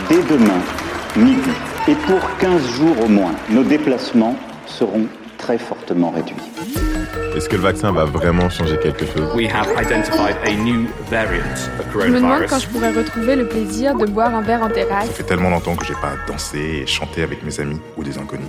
dès demain, midi, et pour 15 jours au moins, nos déplacements seront très fortement réduits. Est-ce que le vaccin va vraiment changer quelque chose? We have identified a new variant of Je me demande coronavirus. quand je pourrais retrouver le plaisir de boire un verre en Ça terrasse. fait tellement longtemps que j'ai pas dansé et chanté avec mes amis ou des inconnus.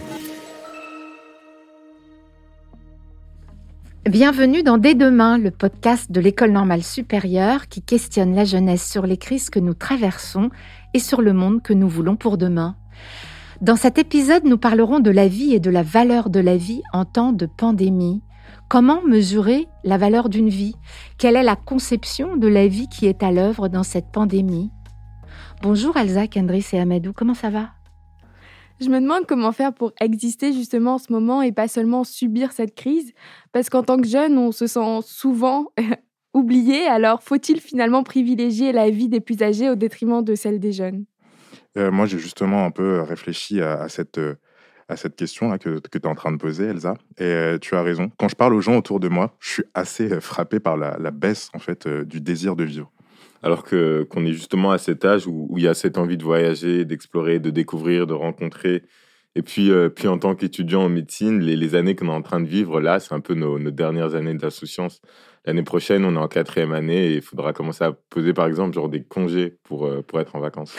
Bienvenue dans Dès demain, le podcast de l'École normale supérieure qui questionne la jeunesse sur les crises que nous traversons et sur le monde que nous voulons pour demain. Dans cet épisode, nous parlerons de la vie et de la valeur de la vie en temps de pandémie. Comment mesurer la valeur d'une vie? Quelle est la conception de la vie qui est à l'œuvre dans cette pandémie? Bonjour Elsa, Kendris et Amadou, comment ça va? Je me demande comment faire pour exister justement en ce moment et pas seulement subir cette crise. Parce qu'en tant que jeune, on se sent souvent oublié. Alors, faut-il finalement privilégier la vie des plus âgés au détriment de celle des jeunes? Moi, j'ai justement un peu réfléchi à cette question-là que tu es en train de poser, Elsa. Et tu as raison. Quand je parle aux gens autour de moi, je suis assez frappé par la baisse en fait, du désir de vivre. Alors qu'on est justement à cet âge où il y a cette envie de voyager, d'explorer, de découvrir, de rencontrer. Et puis en tant qu'étudiant en médecine, les années qu'on est en train de vivre là, c'est un peu nos dernières années d'insouciance. L'année prochaine, on est en 4e année et il faudra commencer à poser par exemple genre des congés pour être en vacances.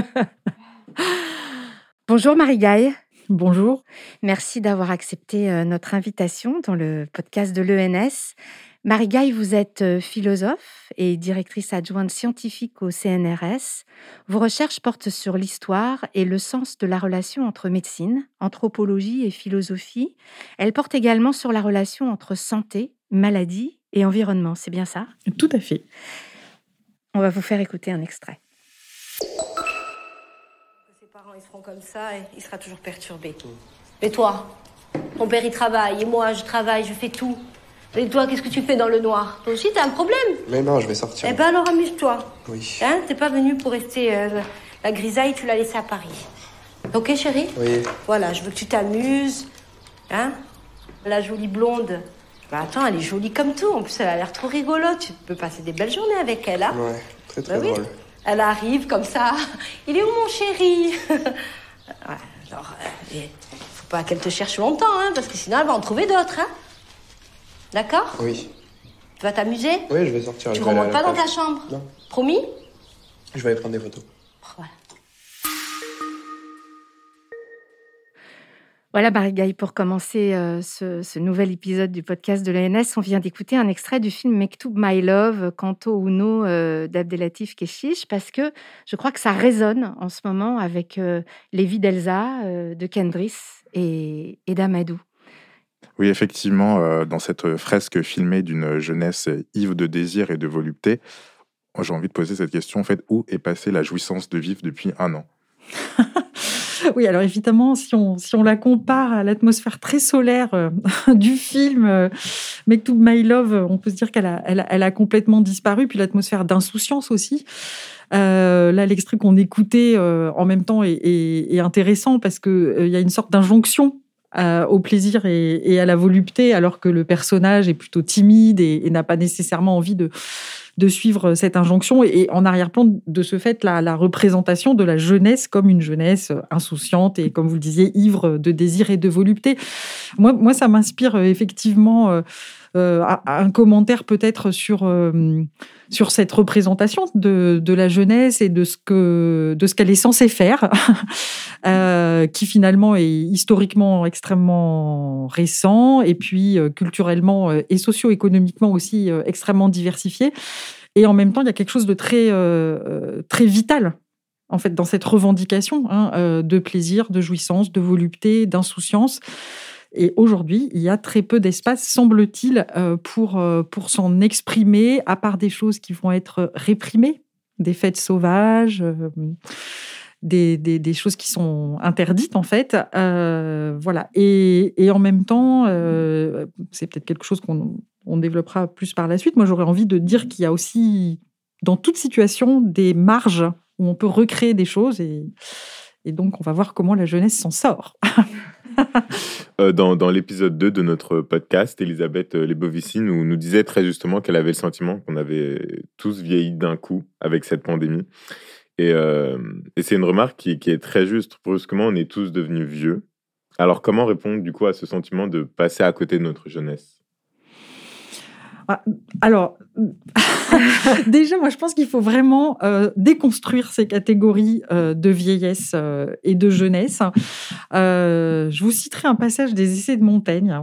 Bonjour Marie-Gaille. Bonjour. Merci d'avoir accepté notre invitation dans le podcast de l'ENS. Marie-Gaille, vous êtes philosophe et directrice adjointe scientifique au CNRS. Vos recherches portent sur l'histoire et le sens de la relation entre médecine, anthropologie et philosophie. Elles portent également sur la relation entre santé, maladie et environnement. C'est bien ça? Tout à fait. On va vous faire écouter un extrait. Ses parents, ils seront comme ça et il sera toujours perturbé. Et toi? Ton père, il travaille et moi, je travaille, je fais tout. Et toi, qu'est-ce que tu fais dans le noir? Toi aussi, t'as un problème? Mais non, je vais sortir. Eh ben alors, amuse-toi. Oui. Hein? T'es pas venu pour rester... la grisaille, tu l'as laissée à Paris. Ok, chérie? Oui. Voilà, je veux que tu t'amuses. Hein? La jolie blonde. Bah attends, elle est jolie comme tout. En plus, elle a l'air trop rigolote. Tu peux passer des belles journées avec elle, hein? Ouais, très Bah oui. drôle. Elle arrive comme ça. Il est où mon chéri? Ouais, alors, faut pas qu'elle te cherche longtemps, hein, parce que sinon elle va en trouver d'autres, hein. D'accord? Oui. Tu vas t'amuser? Oui, je vais sortir. Tu je vais aller à remontes la pas dans plage. ta chambre? Non. Promis? Je vais aller prendre des photos. Voilà. Voilà Marie-Gaille, pour commencer ce nouvel épisode du podcast de l'ENS, on vient d'écouter un extrait du film Mektoub My Love, Canto Uno d'Abdelatif Kechiche, parce que je crois que ça résonne en ce moment avec les vies d'Elsa, de Kendris et d'Amadou. Oui, effectivement, dans cette fresque filmée d'une jeunesse ivre de désir et de volupté, moi, j'ai envie de poser cette question, en fait, où est passée la jouissance de vivre depuis 1 an? Oui, alors évidemment, si on la compare à l'atmosphère très solaire du film Mektoub My Love, on peut se dire qu'elle a complètement disparu. Puis l'atmosphère d'insouciance aussi. Là, l'extrait qu'on écoutait en même temps est intéressant parce qu'il y a une sorte d'injonction au plaisir et à la volupté, alors que le personnage est plutôt timide et n'a pas nécessairement envie de suivre cette injonction. Et en arrière-plan, de ce fait, la représentation de la jeunesse comme une jeunesse insouciante et, comme vous le disiez, ivre de désir et de volupté. Moi ça m'inspire effectivement un commentaire peut-être sur cette représentation de la jeunesse et de ce qu'elle est censée faire, qui finalement est historiquement extrêmement récent et puis culturellement et socio-économiquement aussi extrêmement diversifié. Et en même temps, il y a quelque chose de très vital en fait dans cette revendication de plaisir, de jouissance, de volupté, d'insouciance. Et aujourd'hui, il y a très peu d'espace, semble-t-il, pour s'en exprimer, à part des choses qui vont être réprimées, des fêtes sauvages, des choses qui sont interdites, en fait. Voilà. Et en même temps, c'est peut-être quelque chose qu'on développera plus par la suite. Moi, j'aurais envie de dire qu'il y a aussi, dans toute situation, des marges où on peut recréer des choses. Et donc, on va voir comment la jeunesse s'en sort. Dans l'épisode 2 de notre podcast, Elisabeth Lebovici nous disait très justement qu'elle avait le sentiment qu'on avait tous vieilli d'un coup avec cette pandémie. Et c'est une remarque qui est très juste. Brusquement, on est tous devenus vieux. Alors, comment répondre du coup à ce sentiment de passer à côté de notre jeunesse ? Alors, déjà, moi, je pense qu'il faut vraiment déconstruire ces catégories de vieillesse et de jeunesse. Je vous citerai un passage des Essais de Montaigne,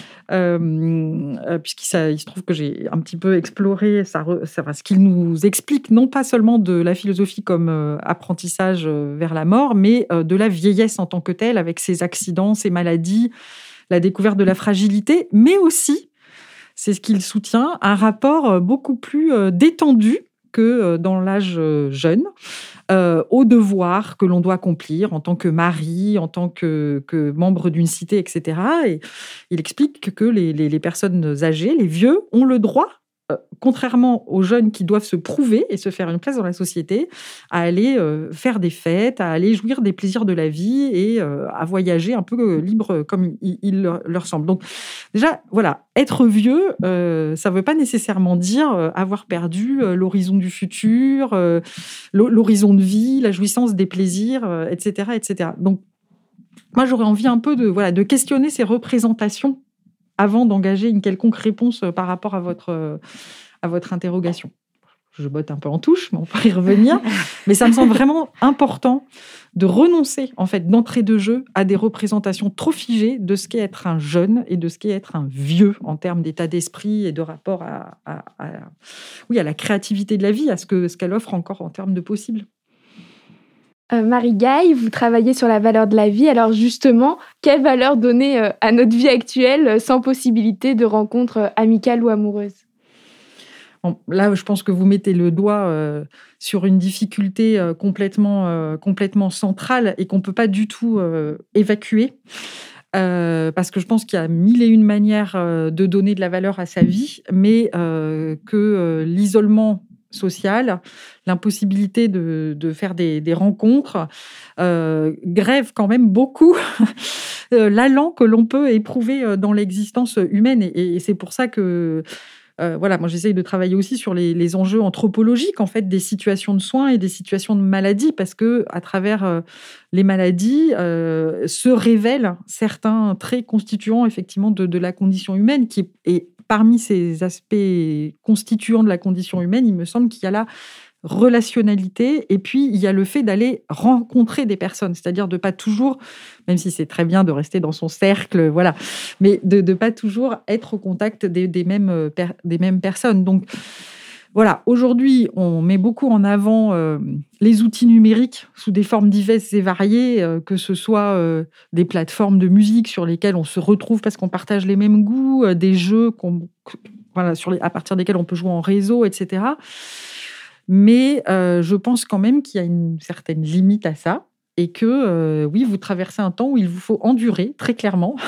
puisqu'il se trouve que j'ai un petit peu exploré ce qu'il nous explique, non pas seulement de la philosophie comme apprentissage vers la mort, mais de la vieillesse en tant que telle, avec ses accidents, ses maladies, la découverte de la fragilité, mais aussi, c'est ce qu'il soutient, un rapport beaucoup plus détendu que dans l'âge jeune, aux devoirs que l'on doit accomplir en tant que mari, en tant que membre d'une cité, etc. Et il explique que les personnes âgées, les vieux, ont le droit, contrairement aux jeunes qui doivent se prouver et se faire une place dans la société, à aller faire des fêtes, à aller jouir des plaisirs de la vie et à voyager un peu libre comme il leur semble. Donc déjà, voilà, être vieux, ça ne veut pas nécessairement dire avoir perdu l'horizon du futur, l'horizon de vie, la jouissance des plaisirs, etc., etc. Donc moi, j'aurais envie un peu de questionner ces représentations avant d'engager une quelconque réponse par rapport à votre interrogation. Je botte un peu en touche, mais on peut y revenir. Mais ça me semble vraiment important de renoncer, en fait, d'entrée de jeu à des représentations trop figées de ce qu'est être un jeune et de ce qu'est être un vieux en termes d'état d'esprit et de rapport à la créativité de la vie, à ce qu'elle offre encore en termes de possible. Marie-Gaye, vous travaillez sur la valeur de la vie. Alors justement, quelle valeur donner à notre vie actuelle sans possibilité de rencontre amicale ou amoureuse ? Bon, là, je pense que vous mettez le doigt sur une difficulté complètement centrale et qu'on ne peut pas du tout évacuer. Parce que je pense qu'il y a mille et une manières de donner de la valeur à sa vie, mais que l'isolement social, l'impossibilité de faire des rencontres, grève quand même beaucoup l'allant que l'on peut éprouver dans l'existence humaine. Et c'est pour ça que moi j'essaye de travailler aussi sur les enjeux anthropologiques en fait des situations de soins et des situations de maladie, parce que à travers les maladies se révèlent certains traits constituants effectivement de la condition humaine, qui est parmi ces aspects constituants de la condition humaine, il me semble qu'il y a la relationnalité et puis il y a le fait d'aller rencontrer des personnes, c'est-à-dire de pas toujours, même si c'est très bien de rester dans son cercle, voilà, mais de pas toujours être au contact des mêmes personnes. Donc voilà, aujourd'hui, on met beaucoup en avant les outils numériques sous des formes diverses et variées, que ce soit des plateformes de musique sur lesquelles on se retrouve parce qu'on partage les mêmes goûts, des jeux à partir desquels on peut jouer en réseau, etc. Mais je pense quand même qu'il y a une certaine limite à ça et que, oui, vous traversez un temps où il vous faut endurer, très clairement,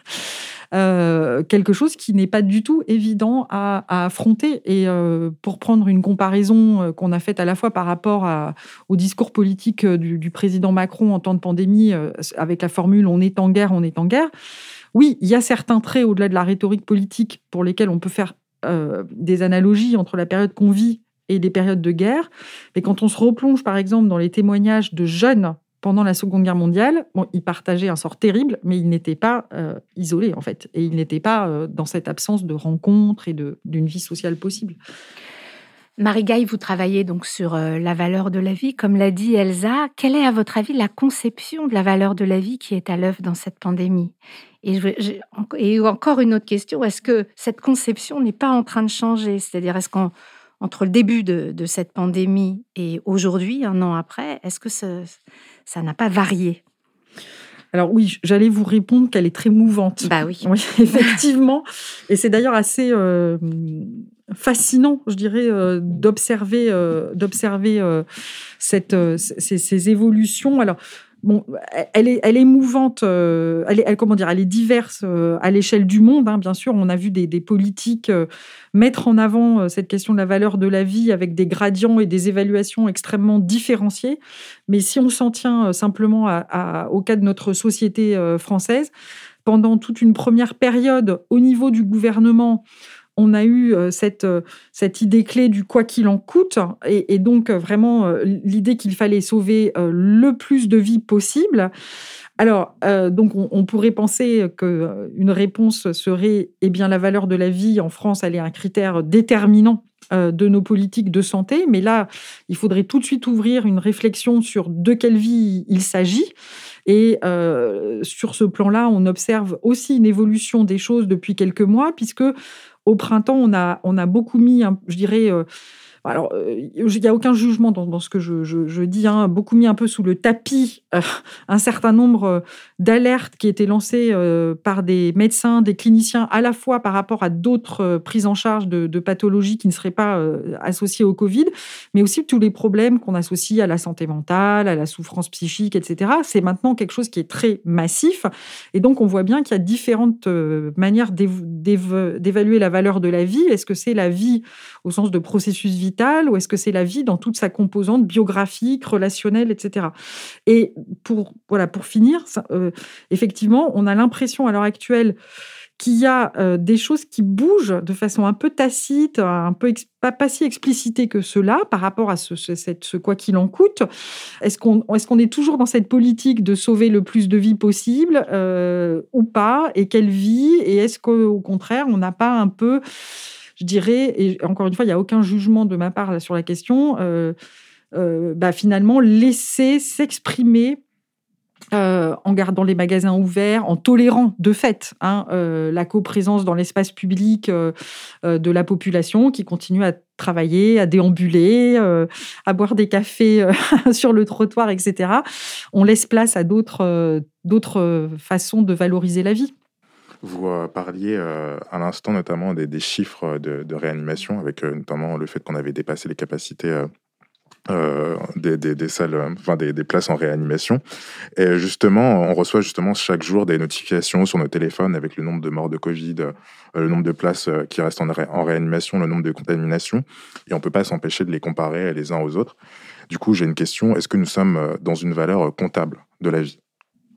quelque chose qui n'est pas du tout évident à affronter. Et pour prendre une comparaison qu'on a faite à la fois par rapport au discours politique du président Macron en temps de pandémie, avec la formule « on est en guerre », oui, il y a certains traits au-delà de la rhétorique politique pour lesquels on peut faire des analogies entre la période qu'on vit et les périodes de guerre. Mais quand on se replonge, par exemple, dans les témoignages de jeunes pendant la Seconde Guerre mondiale, ils partageaient un sort terrible, mais ils n'étaient pas isolés, en fait. Et ils n'étaient pas dans cette absence de rencontres et d'une vie sociale possible. Marie-Gaye, vous travaillez donc sur la valeur de la vie. Comme l'a dit Elsa, quelle est, à votre avis, la conception de la valeur de la vie qui est à l'œuvre dans cette pandémie ? Et encore une autre question, est-ce que cette conception n'est pas en train de changer ? C'est-à-dire, est-ce qu'entre le début de cette pandémie et aujourd'hui, un an après, est-ce que ça n'a pas varié ? Alors oui, j'allais vous répondre qu'elle est très mouvante. Bah oui. Oui, effectivement. Et c'est d'ailleurs assez fascinant, je dirais, d'observer ces évolutions. Alors, bon, elle est mouvante, elle est diverse à l'échelle du monde. Bien sûr, on a vu des politiques mettre en avant cette question de la valeur de la vie avec des gradients et des évaluations extrêmement différenciées. Mais si on s'en tient simplement au cas de notre société française, pendant toute une première période, au niveau du gouvernement, on a eu cette idée clé du quoi qu'il en coûte, et donc vraiment l'idée qu'il fallait sauver le plus de vies possible. Alors, donc on pourrait penser qu'une réponse serait la valeur de la vie en France, elle est un critère déterminant de nos politiques de santé. Mais là, il faudrait tout de suite ouvrir une réflexion sur de quelle vie il s'agit. Et sur ce plan-là, on observe aussi une évolution des choses depuis quelques mois, puisque au printemps, on a beaucoup mis, je dirais... Alors, il n'y a aucun jugement dans ce que je dis, beaucoup mis un peu sous le tapis un certain nombre d'alertes qui étaient lancées par des médecins, des cliniciens, à la fois par rapport à d'autres prises en charge de pathologies qui ne seraient pas associées au Covid, mais aussi tous les problèmes qu'on associe à la santé mentale, à la souffrance psychique, etc. C'est maintenant quelque chose qui est très massif. Et donc, on voit bien qu'il y a différentes manières d'évaluer la valeur de la vie. Est-ce que c'est la vie au sens de processus vital, ou est-ce que c'est la vie dans toute sa composante biographique, relationnelle, etc. Et pour finir, effectivement, on a l'impression à l'heure actuelle qu'il y a des choses qui bougent de façon un peu tacite, un peu pas si explicitée que cela par rapport à ce quoi qu'il en coûte. Est-ce qu'on est toujours dans cette politique de sauver le plus de vies possible ou pas? Et quelle vie? Et est-ce qu'au contraire, on n'a pas un peu... Je dirais, et encore une fois, il n'y a aucun jugement de ma part là, sur la question, finalement, laisser s'exprimer en gardant les magasins ouverts, en tolérant de fait la coprésence dans l'espace public de la population qui continue à travailler, à déambuler, à boire des cafés sur le trottoir, etc. On laisse place à d'autres façons de valoriser la vie. Vous parliez à l'instant notamment des chiffres de réanimation, avec notamment le fait qu'on avait dépassé les capacités des salles, des places en réanimation. Et justement, on reçoit justement chaque jour des notifications sur nos téléphones avec le nombre de morts de Covid, le nombre de places qui restent en réanimation, le nombre de contaminations. Et on ne peut pas s'empêcher de les comparer les uns aux autres. Du coup, j'ai une question. Est-ce que nous sommes dans une valeur comptable de la vie?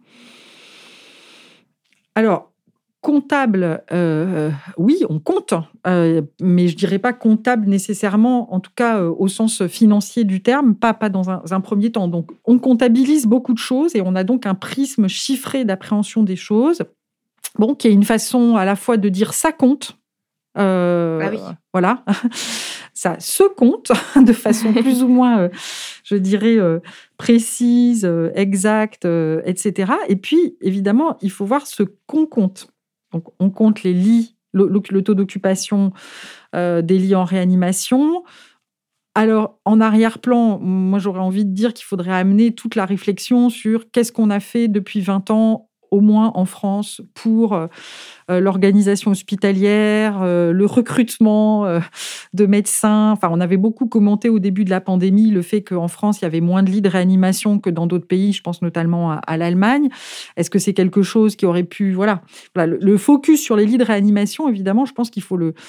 Alors, comptable, oui, on compte, mais je dirais pas comptable nécessairement, en tout cas au sens financier du terme, pas dans un premier temps. Donc, on comptabilise beaucoup de choses et on a donc un prisme chiffré d'appréhension des choses, qui est une façon à la fois de dire ça compte, voilà, ça se compte de façon plus ou moins, je dirais, précise, exacte, etc. Et puis, évidemment, il faut voir ce qu'on compte. Donc, on compte les lits, le taux d'occupation des lits en réanimation. Alors, en arrière-plan, moi, j'aurais envie de dire qu'il faudrait amener toute la réflexion sur qu'est-ce qu'on a fait depuis 20 ans, au moins en France, pour l'organisation hospitalière, le recrutement de médecins. Enfin, on avait beaucoup commenté au début de la pandémie le fait qu'en France, il y avait moins de lits de réanimation que dans d'autres pays, je pense notamment à l'Allemagne. Est-ce que c'est quelque chose qui aurait pu... Voilà, le focus sur les lits de réanimation, évidemment, je pense qu'il faut le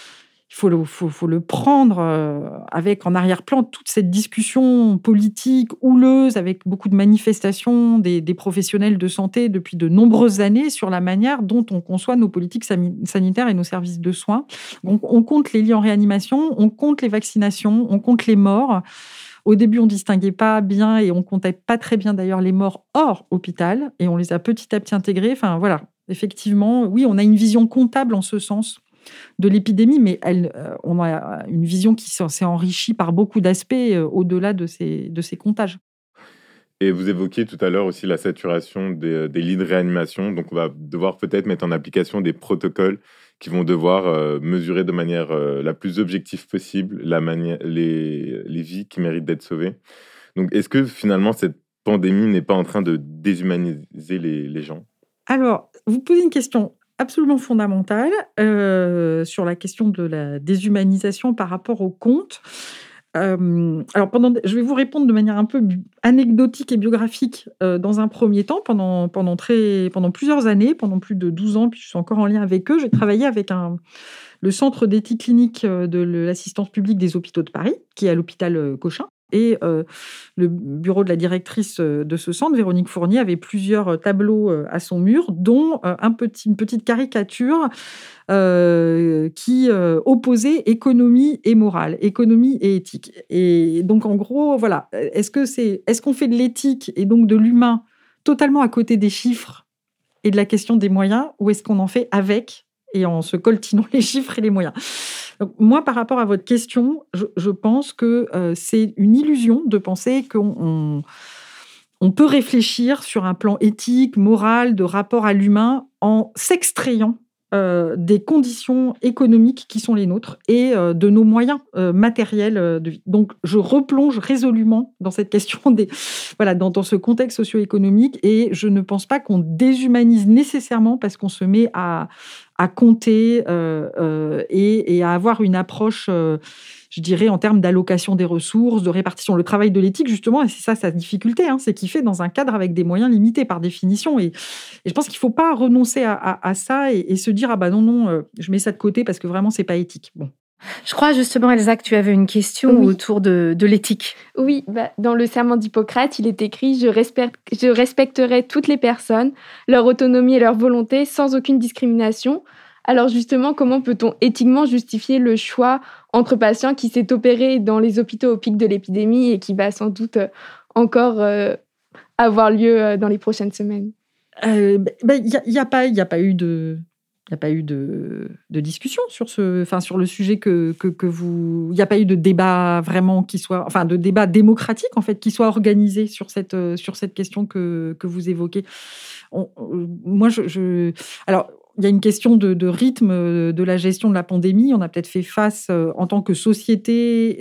prendre avec en arrière-plan toute cette discussion politique houleuse avec beaucoup de manifestations des professionnels de santé depuis de nombreuses années sur la manière dont on conçoit nos politiques sanitaires et nos services de soins. Donc, on compte les lits en réanimation, on compte les vaccinations, on compte les morts. Au début, on distinguait pas bien et on comptait pas très bien d'ailleurs les morts hors hôpital et on les a petit à petit intégrés. Enfin, voilà. Effectivement, oui, on a une vision comptable en ce sens de l'épidémie, mais on a une vision qui s'est enrichie par beaucoup d'aspects au-delà de ces comptages. Et vous évoquiez tout à l'heure aussi la saturation des lits de réanimation. Donc, on va devoir peut-être mettre en application des protocoles qui vont devoir mesurer de manière la plus objective possible les vies qui méritent d'être sauvées. Donc, est-ce que finalement, cette pandémie n'est pas en train de déshumaniser les gens? Alors, vous posez une question absolument fondamentale sur la question de la déshumanisation par rapport au compte. Je vais vous répondre de manière un peu anecdotique et biographique dans un premier temps. Pendant plusieurs années, pendant plus de 12 ans, puis je suis encore en lien avec eux, j'ai travaillé avec le centre d'éthique clinique de l'assistance publique des hôpitaux de Paris, qui est à l'hôpital Cochin. Et le bureau de la directrice de ce centre, Véronique Fournier, avait plusieurs tableaux à son mur, dont une petite caricature qui opposait économie et morale, économie et éthique. Et donc, en gros, voilà, est-ce qu'on fait de l'éthique et donc de l'humain totalement à côté des chiffres et de la question des moyens, ou est-ce qu'on en fait avec et en se coltinant les chiffres et les moyens? Donc, moi, par rapport à votre question, je pense que c'est une illusion de penser qu'on peut réfléchir sur un plan éthique, moral, de rapport à l'humain en s'extrayant des conditions économiques qui sont les nôtres et de nos moyens matériels de vie. Donc, je replonge résolument dans cette question dans ce contexte socio-économique, et je ne pense pas qu'on déshumanise nécessairement parce qu'on se met à compter et à avoir une approche, je dirais, en termes d'allocation des ressources, de répartition. Le travail de l'éthique, justement, et c'est ça sa difficulté, c'est qu'il fait dans un cadre avec des moyens limités par définition. Et je pense qu'il ne faut pas renoncer à ça et se dire « Ah bah non, je mets ça de côté parce que vraiment, ce n'est pas éthique. » Bon. Je crois justement, Elsa, que tu avais une question autour de l'éthique. Oui, dans le serment d'Hippocrate, il est écrit « Je respecterai toutes les personnes, leur autonomie et leur volonté, sans aucune discrimination. » Alors justement, comment peut-on éthiquement justifier le choix entre patients qui s'est opéré dans les hôpitaux au pic de l'épidémie et qui va sans doute encore avoir lieu dans les prochaines semaines? Il n'y a pas eu de discussion sur le sujet que vous. Il n'y a pas eu de débat vraiment de débat démocratique en fait qui soit organisé sur cette question que vous évoquez. Alors, il y a une question de rythme de la gestion de la pandémie. On a peut-être fait face en tant que société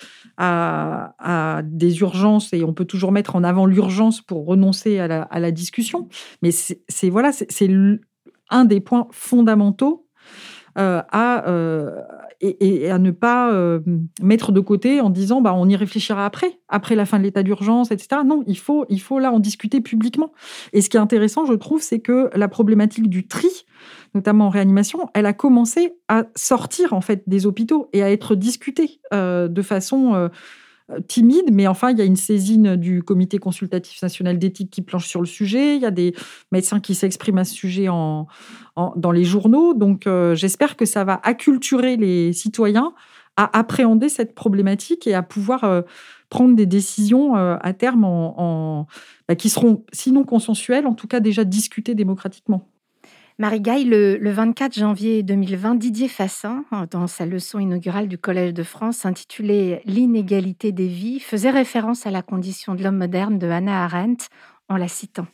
à des urgences, et on peut toujours mettre en avant l'urgence pour renoncer à la discussion. Mais c'est un des points fondamentaux à ne pas mettre de côté en disant on y réfléchira après la fin de l'état d'urgence, etc. Non, il faut là en discuter publiquement. Et ce qui est intéressant, je trouve, c'est que la problématique du tri, notamment en réanimation, elle a commencé à sortir en fait des hôpitaux et à être discutée de façon timide, mais enfin, il y a une saisine du Comité consultatif national d'éthique qui planche sur le sujet. Il y a des médecins qui s'expriment à ce sujet dans les journaux. Donc, j'espère que ça va acculturer les citoyens à appréhender cette problématique et à pouvoir prendre des décisions à terme qui seront, sinon consensuelles, en tout cas déjà discutées démocratiquement. Marie-Gaille, le 24 janvier 2020, Didier Fassin, dans sa leçon inaugurale du Collège de France intitulée « L'inégalité des vies », faisait référence à la condition de l'homme moderne de Hannah Arendt en la citant.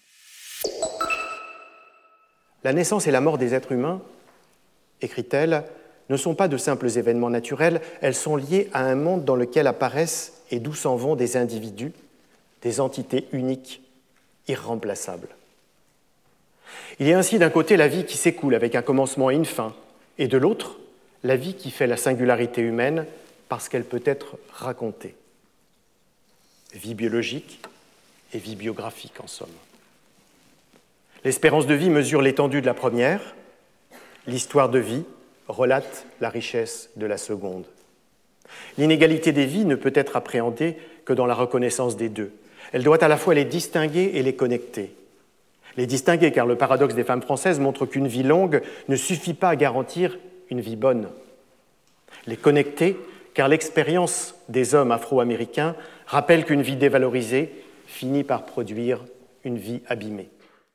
La naissance et la mort des êtres humains, écrit-elle, ne sont pas de simples événements naturels, elles sont liées à un monde dans lequel apparaissent et d'où s'en vont des individus, des entités uniques, irremplaçables. Il y a ainsi d'un côté la vie qui s'écoule avec un commencement et une fin, et de l'autre, la vie qui fait la singularité humaine parce qu'elle peut être racontée. Vie biologique et vie biographique, en somme. L'espérance de vie mesure l'étendue de la première, l'histoire de vie relate la richesse de la seconde. L'inégalité des vies ne peut être appréhendée que dans la reconnaissance des deux. Elle doit à la fois les distinguer et les connecter. Les distinguer, car le paradoxe des femmes françaises montre qu'une vie longue ne suffit pas à garantir une vie bonne. Les connecter, car l'expérience des hommes afro-américains rappelle qu'une vie dévalorisée finit par produire une vie abîmée.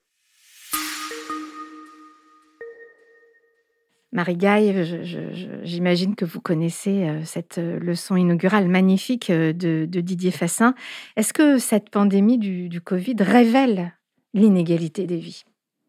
Marie-Gaille, j'imagine que vous connaissez cette leçon inaugurale magnifique de Didier Fassin. Est-ce que cette pandémie du Covid révèle l'inégalité des vies?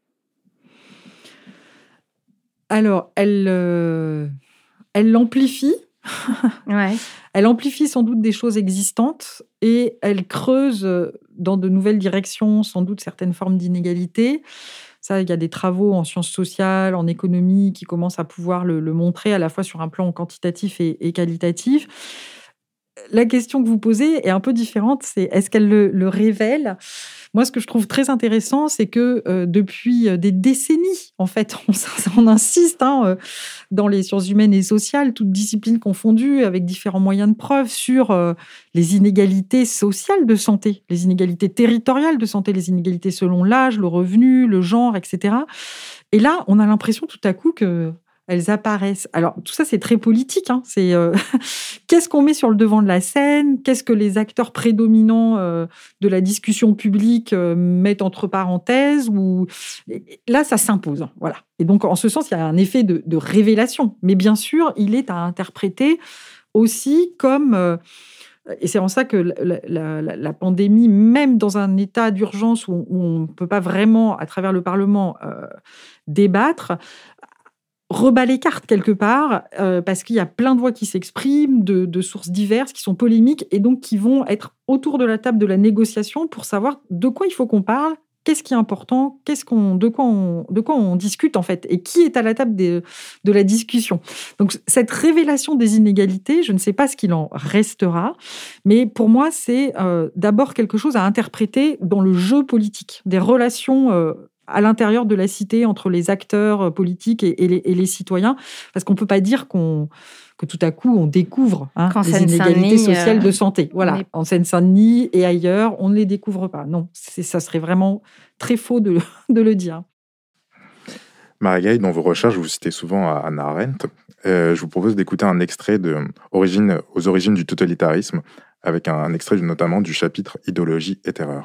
Alors, elle l'amplifie. Ouais. Elle amplifie sans doute des choses existantes et elle creuse dans de nouvelles directions sans doute certaines formes d'inégalité. Ça, il y a des travaux en sciences sociales, en économie qui commencent à pouvoir le montrer à la fois sur un plan quantitatif et qualitatif. La question que vous posez est un peu différente, c'est est-ce qu'elle le révèle ? Moi, ce que je trouve très intéressant, c'est que depuis des décennies, en fait, on insiste dans les sciences humaines et sociales, toutes disciplines confondues, avec différents moyens de preuve, sur les inégalités sociales de santé, les inégalités territoriales de santé, les inégalités selon l'âge, le revenu, le genre, etc. Et là, on a l'impression tout à coup que elles apparaissent. Alors, tout ça, c'est très politique. Hein. C'est qu'est-ce qu'on met sur le devant de la scène? Qu'est-ce que les acteurs prédominants de la discussion publique mettent entre parenthèses? Ou... Là, ça s'impose. Voilà. Et donc, en ce sens, il y a un effet de révélation. Mais bien sûr, il est à interpréter aussi comme... et c'est en ça que la pandémie, même dans un état d'urgence où on ne peut pas vraiment, à travers le Parlement, débattre, rebat les cartes quelque part, parce qu'il y a plein de voix qui s'expriment, de sources diverses, qui sont polémiques, et donc qui vont être autour de la table de la négociation pour savoir de quoi il faut qu'on parle, qu'est-ce qui est important, de quoi on discute en fait, et qui est à la table de la discussion. Donc cette révélation des inégalités, je ne sais pas ce qu'il en restera, mais pour moi c'est d'abord quelque chose à interpréter dans le jeu politique, des relations à l'intérieur de la cité entre les acteurs politiques et les citoyens, parce qu'on ne peut pas dire que tout à coup on découvre les inégalités sociales de santé. Voilà, en Seine-Saint-Denis et ailleurs, on ne les découvre pas. Non, ça serait vraiment très faux de le dire. Marie-Gaye, dans vos recherches, vous citez souvent Hannah Arendt. Je vous propose d'écouter un extrait aux origines du totalitarisme, avec un extrait notamment du chapitre « Idéologie et terreur ».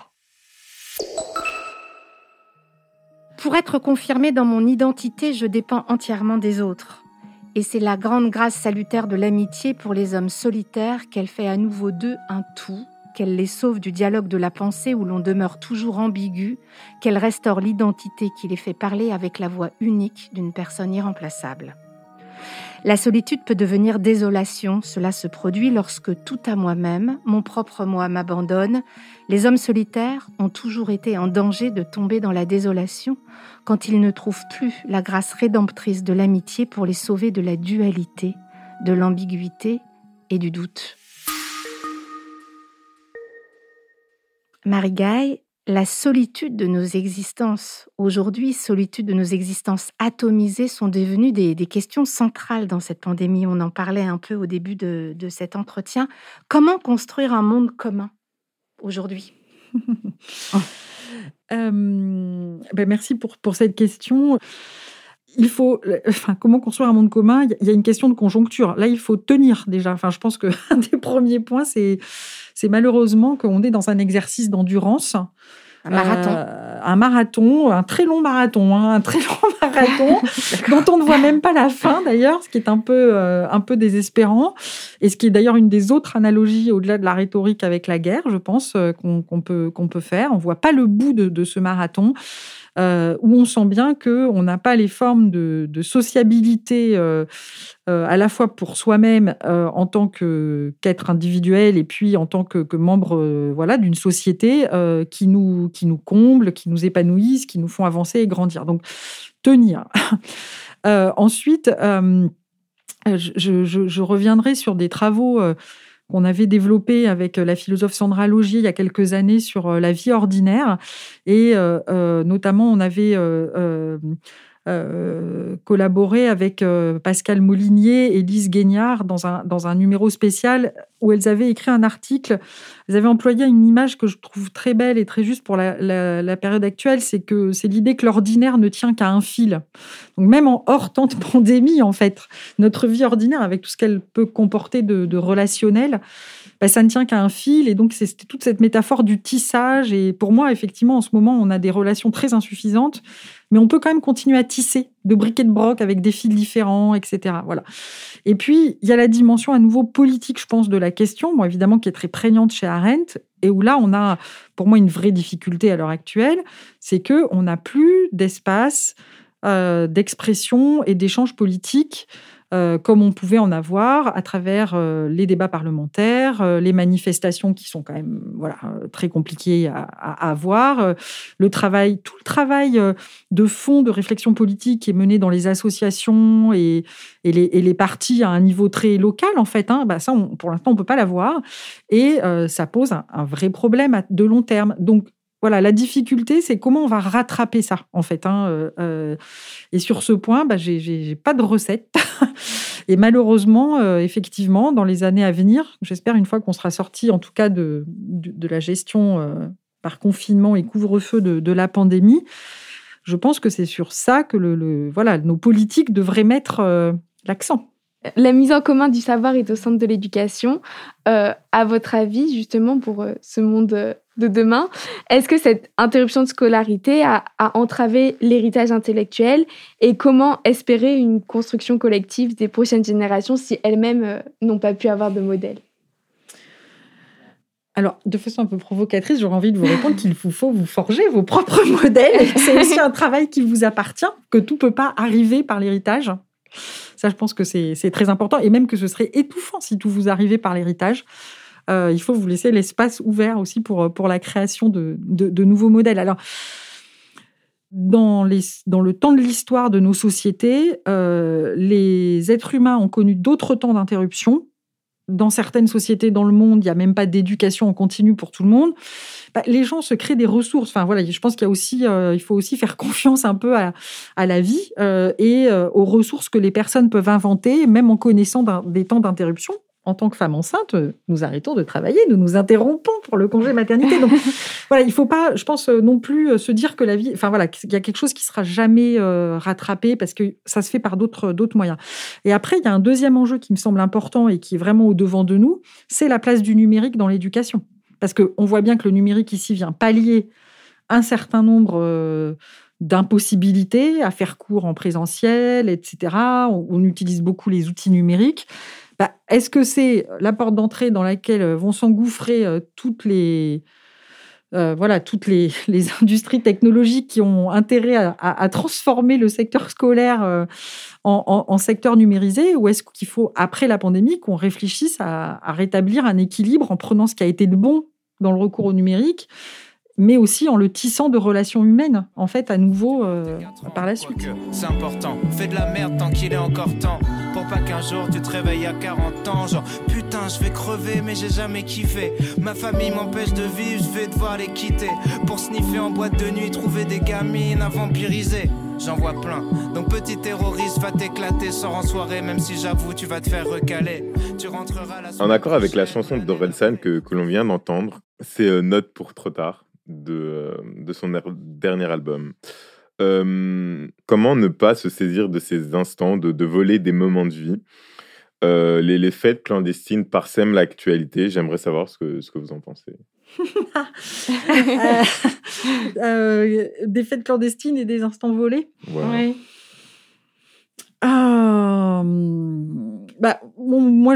Pour être confirmée dans mon identité, je dépends entièrement des autres. Et c'est la grande grâce salutaire de l'amitié pour les hommes solitaires qu'elle fait à nouveau d'eux un tout, qu'elle les sauve du dialogue de la pensée où l'on demeure toujours ambigu, qu'elle restaure l'identité qui les fait parler avec la voix unique d'une personne irremplaçable. La solitude peut devenir désolation. Cela se produit lorsque tout à moi-même, mon propre moi m'abandonne. Les hommes solitaires ont toujours été en danger de tomber dans la désolation quand ils ne trouvent plus la grâce rédemptrice de l'amitié pour les sauver de la dualité, de l'ambiguïté et du doute. Marie-Gaye, la solitude de nos existences, aujourd'hui, solitude de nos existences atomisées, sont devenues des questions centrales dans cette pandémie. On en parlait un peu au début de cet entretien. Comment construire un monde commun aujourd'hui? Merci pour cette question. Comment construire un monde commun? Il y a une question de conjoncture. Là, il faut tenir déjà. Je pense qu'un des premiers points, c'est malheureusement qu'on est dans un exercice d'endurance. Un marathon, un très long marathon, dont on ne voit même pas la fin d'ailleurs, ce qui est un peu désespérant, et ce qui est d'ailleurs une des autres analogies au-delà de la rhétorique avec la guerre, je pense, qu'on peut faire. On ne voit pas le bout de ce marathon, où on sent bien qu'on n'a pas les formes de sociabilité à la fois pour soi-même en tant qu'être individuel et puis en tant que membre d'une société qui nous comble, qui nous épanouissent, qui nous font avancer et grandir. Donc, tenir. Ensuite, je reviendrai sur des travaux qu'on avait développé avec la philosophe Sandra Logier il y a quelques années sur la vie ordinaire. Et notamment, on avait collaboré avec Pascal Molinier et Lise Guignard dans un numéro spécial où elles avaient écrit un article. Elles avaient employé une image que je trouve très belle et très juste pour la période actuelle, c'est l'idée que l'ordinaire ne tient qu'à un fil. Donc même en hors temps de pandémie, en fait, notre vie ordinaire, avec tout ce qu'elle peut comporter de relationnel, ça ne tient qu'à un fil. Et donc, c'était toute cette métaphore du tissage. Et pour moi, effectivement, en ce moment, on a des relations très insuffisantes, mais on peut quand même continuer à tisser de briquet de broc avec des fils différents, etc. Voilà. Et puis, il y a la dimension à nouveau politique, je pense, de la question, évidemment, qui est très prégnante chez Arendt, et où là, on a, pour moi, une vraie difficulté à l'heure actuelle, c'est qu'on n'a plus d'espace d'expression et d'échange politique comme on pouvait en avoir à travers les débats parlementaires, les manifestations qui sont quand même très compliquées à avoir, tout le travail de fond, de réflexion politique qui est mené dans les associations et les partis à un niveau très local, en fait. Ça, pour l'instant, on ne peut pas l'avoir. Et ça pose un vrai problème de long terme. Donc, voilà, la difficulté, c'est comment on va rattraper ça, en fait. Et sur ce point, j'ai pas de recette. Et malheureusement, effectivement, dans les années à venir, j'espère une fois qu'on sera sorti, en tout cas, de la gestion par confinement et couvre-feu de la pandémie, je pense que c'est sur ça que nos politiques devraient mettre l'accent. La mise en commun du savoir est au centre de l'éducation. À votre avis, justement, pour ce monde de demain, est-ce que cette interruption de scolarité a entravé l'héritage intellectuel et comment espérer une construction collective des prochaines générations si elles-mêmes n'ont pas pu avoir de modèle? Alors, de façon un peu provocatrice, j'aurais envie de vous répondre qu'il faut vous forger vos propres modèles et que c'est aussi un travail qui vous appartient, que tout ne peut pas arriver par l'héritage. Ça, je pense que c'est très important et même que ce serait étouffant si tout vous arrivait par l'héritage. Il faut vous laisser l'espace ouvert aussi pour la création de nouveaux modèles. Alors, dans le temps de l'histoire de nos sociétés, les êtres humains ont connu d'autres temps d'interruption. Dans certaines sociétés dans le monde, il n'y a même pas d'éducation en continu pour tout le monde. Les gens se créent des ressources. Enfin, voilà, je pense qu'il y a aussi, il faut aussi faire confiance un peu à la vie et aux ressources que les personnes peuvent inventer, même en connaissant des temps d'interruption. En tant que femme enceinte, nous arrêtons de travailler, nous nous interrompons pour le congé maternité. Donc, voilà, il ne faut pas, je pense, non plus se dire que la vie... Enfin, voilà, qu'il y a quelque chose qui ne sera jamais rattrapé parce que ça se fait par d'autres moyens. Et après, il y a un deuxième enjeu qui me semble important et qui est vraiment au-devant de nous, c'est la place du numérique dans l'éducation. Parce qu'on voit bien que le numérique ici vient pallier un certain nombre d'impossibilités à faire cours en présentiel, etc. On utilise beaucoup les outils numériques. Est-ce que c'est la porte d'entrée dans laquelle vont s'engouffrer toutes les industries technologiques qui ont intérêt à transformer le secteur scolaire en secteur numérisé, ou est-ce qu'il faut, après la pandémie, qu'on réfléchisse à rétablir un équilibre en prenant ce qui a été de bon dans le recours au numérique, mais aussi en le tissant de relations humaines, en fait, à nouveau, par la suite. C'est important, fais de la merde tant qu'il est encore temps, pour pas qu'un jour tu te réveilles à 40 ans, genre putain je vais crever mais j'ai jamais kiffé, ma famille m'empêche de vivre, je vais devoir les quitter, pour sniffer en boîte de nuit, trouver des gamines à vampiriser. J'en vois plein, donc petit terroriste va t'éclater, sors en soirée, même si j'avoue tu vas te faire recaler. Tu rentreras la... En accord avec la chanson de d'Orelsan que l'on vient d'entendre, c'est Note pour trop tard de son dernier album. Comment ne pas se saisir de ces instants, de voler des moments de vie? Les fêtes clandestines parsèment l'actualité. J'aimerais savoir ce que vous en pensez. Des fêtes clandestines et des instants volés. Voilà. Ouais. Moi,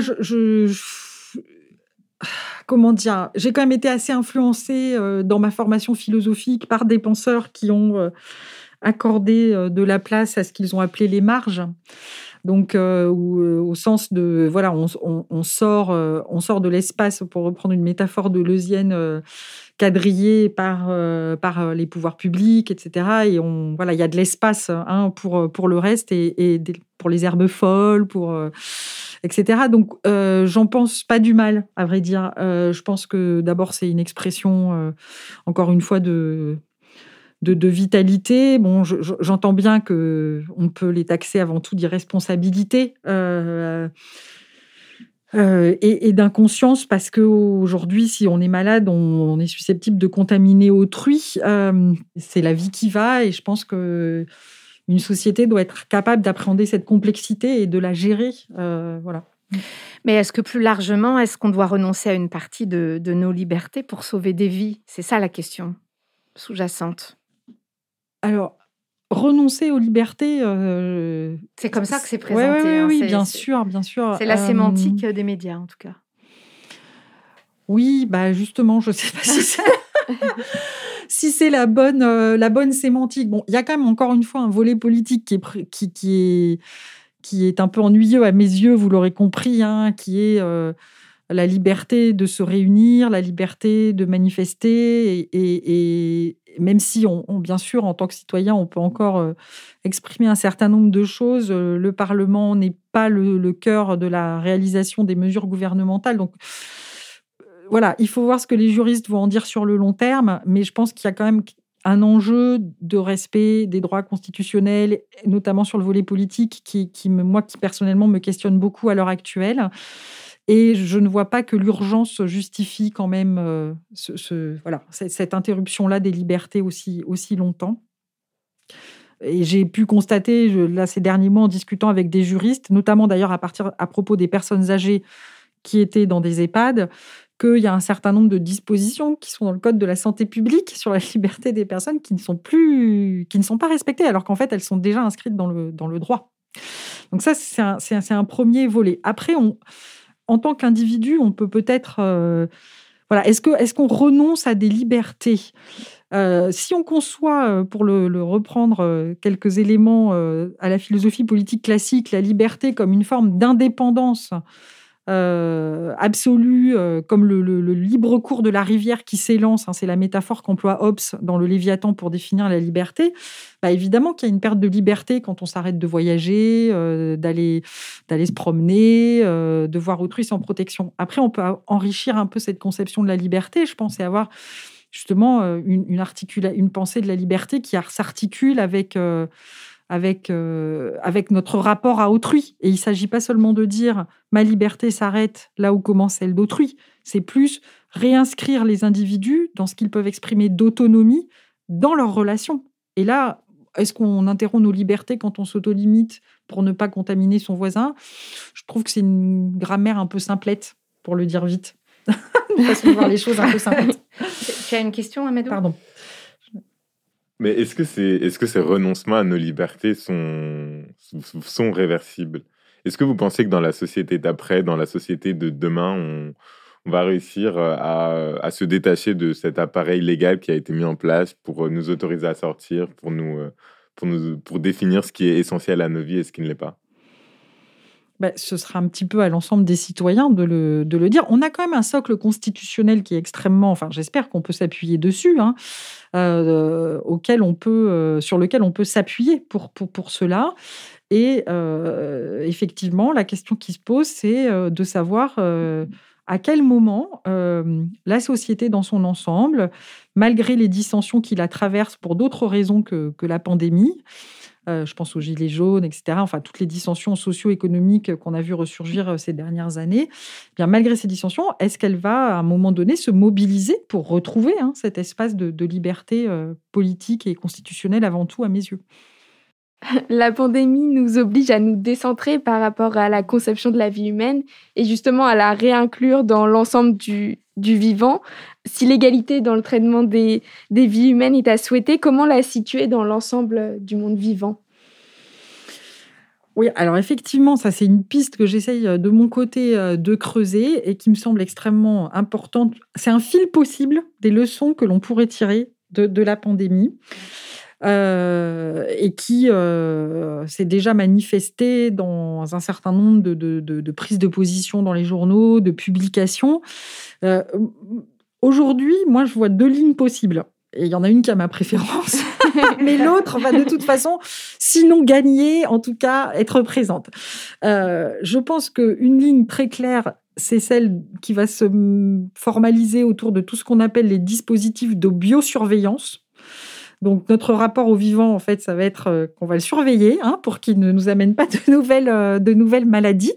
comment dire, j'ai quand même été assez influencée dans ma formation philosophique par des penseurs qui ont accordé de la place à ce qu'ils ont appelé les marges. Donc, au sens de, voilà, on sort de l'espace, pour reprendre une métaphore de Leuzienne, quadrillé par les pouvoirs publics, etc. Et il y a de l'espace pour le reste et pour les herbes folles, etc. Donc, j'en pense pas du mal, à vrai dire. Je pense que d'abord, c'est une expression, encore une fois, de vitalité. Bon, j'entends bien qu'on peut les taxer avant tout d'irresponsabilité et d'inconscience, parce qu'aujourd'hui, si on est malade, on est susceptible de contaminer autrui. C'est la vie qui va, et je pense qu'une société doit être capable d'appréhender cette complexité et de la gérer. Voilà. Mais est-ce que plus largement, est-ce qu'on doit renoncer à une partie de nos libertés pour sauver des vies? C'est ça la question sous-jacente. Alors, renoncer aux libertés... c'est comme ça que c'est présenté. Oui, bien sûr. C'est la sémantique des médias, en tout cas. Oui, justement, je ne sais pas si c'est la bonne sémantique. Bon, il y a quand même, encore une fois, un volet politique qui est un peu ennuyeux à mes yeux, vous l'aurez compris, qui est... la liberté de se réunir, la liberté de manifester, et même si, bien sûr, en tant que citoyen, on peut encore exprimer un certain nombre de choses, le Parlement n'est pas le cœur de la réalisation des mesures gouvernementales. Donc, voilà, il faut voir ce que les juristes vont en dire sur le long terme, mais je pense qu'il y a quand même un enjeu de respect des droits constitutionnels, notamment sur le volet politique, qui personnellement, me questionne beaucoup à l'heure actuelle. Et je ne vois pas que l'urgence justifie quand même cette interruption-là des libertés aussi longtemps. Et j'ai pu constater, là, ces derniers mois, en discutant avec des juristes, notamment d'ailleurs à propos des personnes âgées qui étaient dans des EHPAD, qu'il y a un certain nombre de dispositions qui sont dans le Code de la santé publique sur la liberté des personnes qui ne sont pas respectées, alors qu'en fait, elles sont déjà inscrites dans le droit. Donc ça, c'est un premier volet. Après, en tant qu'individu, on peut-être... est-ce qu'on renonce à des libertés ? Si on conçoit, pour le reprendre quelques éléments à la philosophie politique classique, la liberté comme une forme d'indépendance absolue, comme le libre cours de la rivière qui s'élance, c'est la métaphore qu'emploie Hobbes dans le Léviathan pour définir la liberté, évidemment qu'il y a une perte de liberté quand on s'arrête de voyager, d'aller se promener, de voir autrui sans protection. Après, on peut enrichir un peu cette conception de la liberté, je pense, et avoir justement une pensée de la liberté qui s'articule avec notre rapport à autrui. Et il ne s'agit pas seulement de dire « ma liberté s'arrête là où commence celle d'autrui ». C'est plus réinscrire les individus dans ce qu'ils peuvent exprimer d'autonomie dans leurs relations. Et là, est-ce qu'on interrompt nos libertés quand on s'autolimite pour ne pas contaminer son voisin ? Je trouve que c'est une grammaire un peu simplette, pour le dire vite. Une façon de voir les choses un peu simplettes. Tu as une question, Amadou ? Pardon. Mais est-ce que ces renoncements à nos libertés sont réversibles ? Est-ce que vous pensez que dans la société d'après, dans la société de demain, on va réussir à se détacher de cet appareil légal qui a été mis en place pour nous autoriser à sortir, pour définir ce qui est essentiel à nos vies et ce qui ne l'est pas ? Ce sera un petit peu à l'ensemble des citoyens de le dire. On a quand même un socle constitutionnel qui est extrêmement... j'espère qu'on peut s'appuyer dessus, sur lequel on peut s'appuyer pour cela. Et effectivement, la question qui se pose, c'est de savoir à quel moment la société dans son ensemble, malgré les dissensions qui la traversent pour d'autres raisons que la pandémie, je pense aux gilets jaunes, etc., toutes les dissensions socio-économiques qu'on a vues ressurgir ces dernières années, bien, malgré ces dissensions, est-ce qu'elle va, à un moment donné, se mobiliser pour retrouver cet espace de liberté politique et constitutionnelle, avant tout, à mes yeux ? La pandémie nous oblige à nous décentrer par rapport à la conception de la vie humaine et justement à la réinclure dans l'ensemble du vivant. Si l'égalité dans le traitement des vies humaines est à souhaiter, comment la situer dans l'ensemble du monde vivant ? Oui, alors effectivement, ça c'est une piste que j'essaye de mon côté de creuser et qui me semble extrêmement importante. C'est un fil possible des leçons que l'on pourrait tirer de la pandémie. Et qui s'est déjà manifesté dans un certain nombre de prises de position dans les journaux, de publications. Aujourd'hui, moi, je vois 2 lignes possibles. Et il y en a une qui a ma préférence, mais l'autre va de toute façon, sinon gagner, en tout cas être présente. Je pense qu'une ligne très claire, c'est celle qui va se formaliser autour de tout ce qu'on appelle les dispositifs de biosurveillance. Donc, notre rapport au vivant, en fait, ça va être qu'on va le surveiller pour qu'il ne nous amène pas de nouvelles maladies.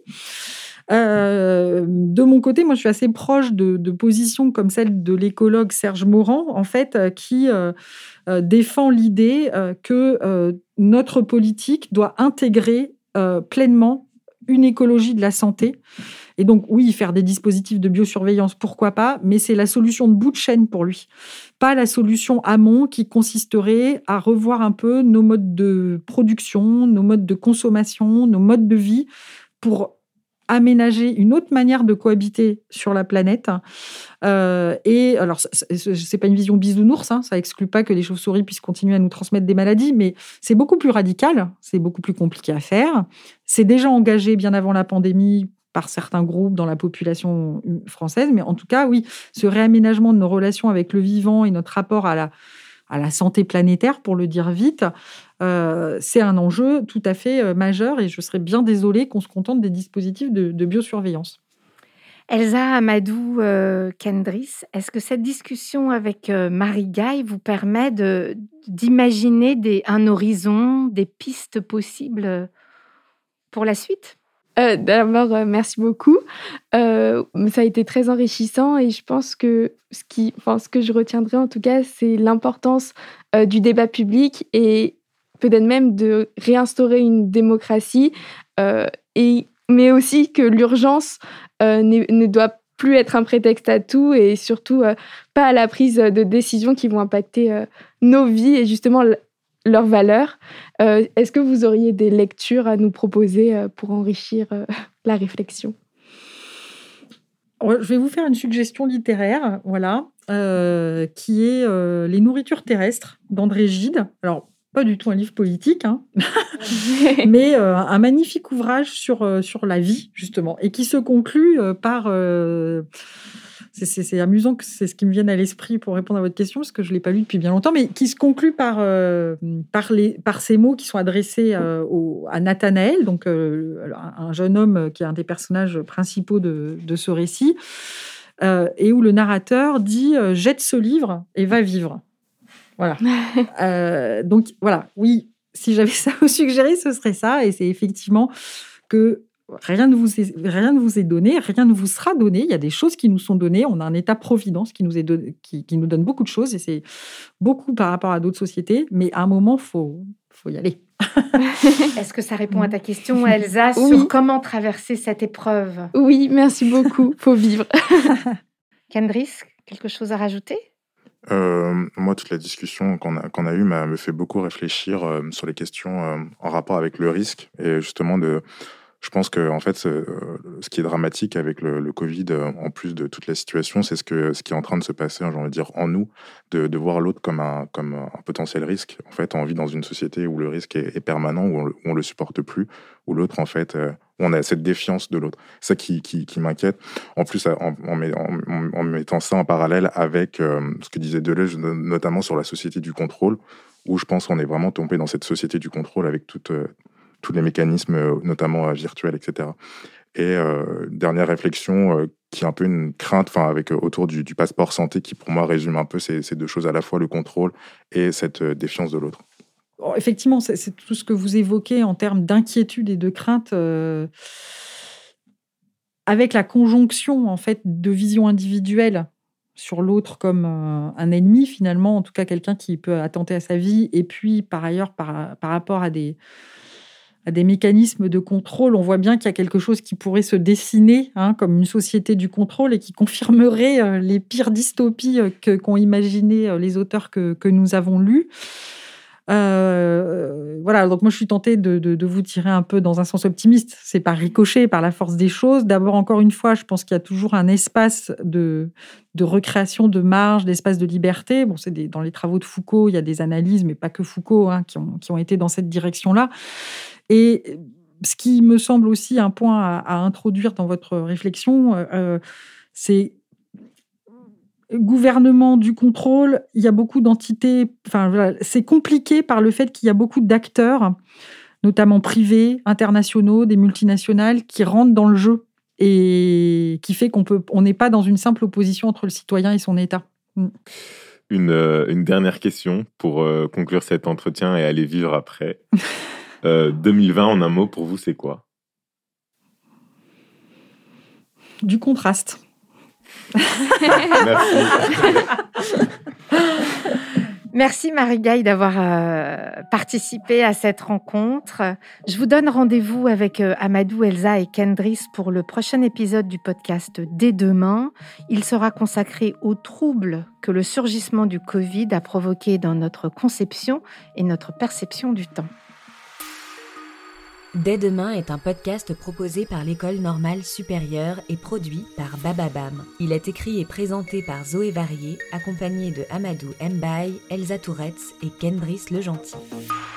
De mon côté, moi, je suis assez proche de positions comme celle de l'écologue Serge Morand, en fait, qui défend l'idée que notre politique doit intégrer pleinement une écologie de la santé. Et donc, oui, faire des dispositifs de biosurveillance, pourquoi pas, mais c'est la solution de bout de chaîne pour lui. Pas la solution amont qui consisterait à revoir un peu nos modes de production, nos modes de consommation, nos modes de vie pour aménager une autre manière de cohabiter sur la planète. Et alors, c'est pas une vision bisounours, ça exclut pas que les chauves-souris puissent continuer à nous transmettre des maladies, mais c'est beaucoup plus radical, c'est beaucoup plus compliqué à faire. C'est déjà engagé bien avant la pandémie par certains groupes dans la population française, mais en tout cas, oui, ce réaménagement de nos relations avec le vivant et notre rapport à la santé planétaire, pour le dire vite, c'est un enjeu tout à fait majeur et je serais bien désolée qu'on se contente des dispositifs de biosurveillance. Elsa, Amadou, Kendris, est-ce que cette discussion avec Marie Gaye vous permet d'imaginer un horizon, des pistes possibles pour la suite ? D'abord, merci beaucoup. Ça a été très enrichissant et je pense que ce que je retiendrai en tout cas, c'est l'importance du débat public et peut-être même de réinstaurer une démocratie, mais aussi que l'urgence ne doit plus être un prétexte à tout et surtout pas à la prise de décisions qui vont impacter nos vies et justement leurs valeurs. Est-ce que vous auriez des lectures à nous proposer pour enrichir la réflexion ? Je vais vous faire une suggestion littéraire, voilà, qui est Les nourritures terrestres d'André Gide. Alors, pas du tout un livre politique, hein, mais un magnifique ouvrage sur la vie, justement, et qui se conclut par... c'est amusant que c'est ce qui me vienne à l'esprit pour répondre à votre question, parce que je ne l'ai pas lu depuis bien longtemps, mais qui se conclut par ces mots qui sont adressés à Nathanaël, donc un jeune homme qui est un des personnages principaux de ce récit, et où le narrateur dit « Jette ce livre et va vivre ». Voilà. Donc, voilà, oui, si j'avais ça à vous suggérer, ce serait ça, et c'est effectivement que rien ne vous est donné, rien ne vous sera donné. Il y a des choses qui nous sont données. On a un état-providence qui nous donne beaucoup de choses, et c'est beaucoup par rapport à d'autres sociétés. Mais à un moment, faut y aller. Est-ce que ça répond à ta question, Elsa, sur comment traverser cette épreuve ? Oui, merci beaucoup. Faut vivre. Kendris, quelque chose à rajouter ? Moi, toute la discussion qu'on a eue me fait beaucoup réfléchir sur les questions en rapport avec le risque et justement je pense que en fait, ce qui est dramatique avec le Covid, en plus de toute la situation, c'est ce qui est en train de se passer, j'ai envie de dire, en nous, de voir l'autre comme un potentiel risque. En fait, on vit dans une société où le risque est permanent, où on le supporte plus, où l'autre, en fait, on a cette défiance de l'autre. C'est ça qui m'inquiète. En plus, en mettant ça en parallèle avec ce que disait Deleuze, notamment sur la société du contrôle, où je pense qu'on est vraiment tombé dans cette société du contrôle avec tous les mécanismes, notamment virtuels, etc. Et dernière réflexion, qui est un peu une crainte, autour du passeport santé, qui pour moi résume un peu ces deux choses, à la fois le contrôle et cette défiance de l'autre. Effectivement, c'est tout ce que vous évoquez en termes d'inquiétude et de crainte, avec la conjonction en fait de vision individuelle sur l'autre comme un ennemi finalement, en tout cas quelqu'un qui peut attenter à sa vie, et puis par ailleurs par rapport à des mécanismes de contrôle, on voit bien qu'il y a quelque chose qui pourrait se dessiner comme une société du contrôle et qui confirmerait les pires dystopies qu'ont imaginé les auteurs que nous avons lus. Voilà, donc moi je suis tentée de vous tirer un peu dans un sens optimiste. C'est par ricochet, par la force des choses. D'abord, encore une fois, je pense qu'il y a toujours un espace de recréation, de marge, d'espace de liberté. Bon, dans les travaux de Foucault, il y a des analyses, mais pas que Foucault, qui ont été dans cette direction-là. Et ce qui me semble aussi un point à introduire dans votre réflexion, c'est gouvernement du contrôle. Il y a beaucoup d'entités. Enfin, voilà, c'est compliqué par le fait qu'il y a beaucoup d'acteurs, notamment privés, internationaux, des multinationales, qui rentrent dans le jeu et qui fait qu'on n'est pas dans une simple opposition entre le citoyen et son État. Une dernière question pour conclure cet entretien et aller vivre après. 2020, en un mot, pour vous, c'est quoi ? Du contraste. Merci. Merci Marie-Gaille d'avoir participé à cette rencontre. Je vous donne rendez-vous avec Amadou, Elsa et Kendris pour le prochain épisode du podcast Dès demain. Il sera consacré aux troubles que le surgissement du Covid a provoqué dans notre conception et notre perception du temps. Dès demain est un podcast proposé par l'École normale supérieure et produit par Bababam. Il est écrit et présenté par Zoé Varier, accompagné de Amadou Mbaye, Elsa Touretz et Kendris Legentil.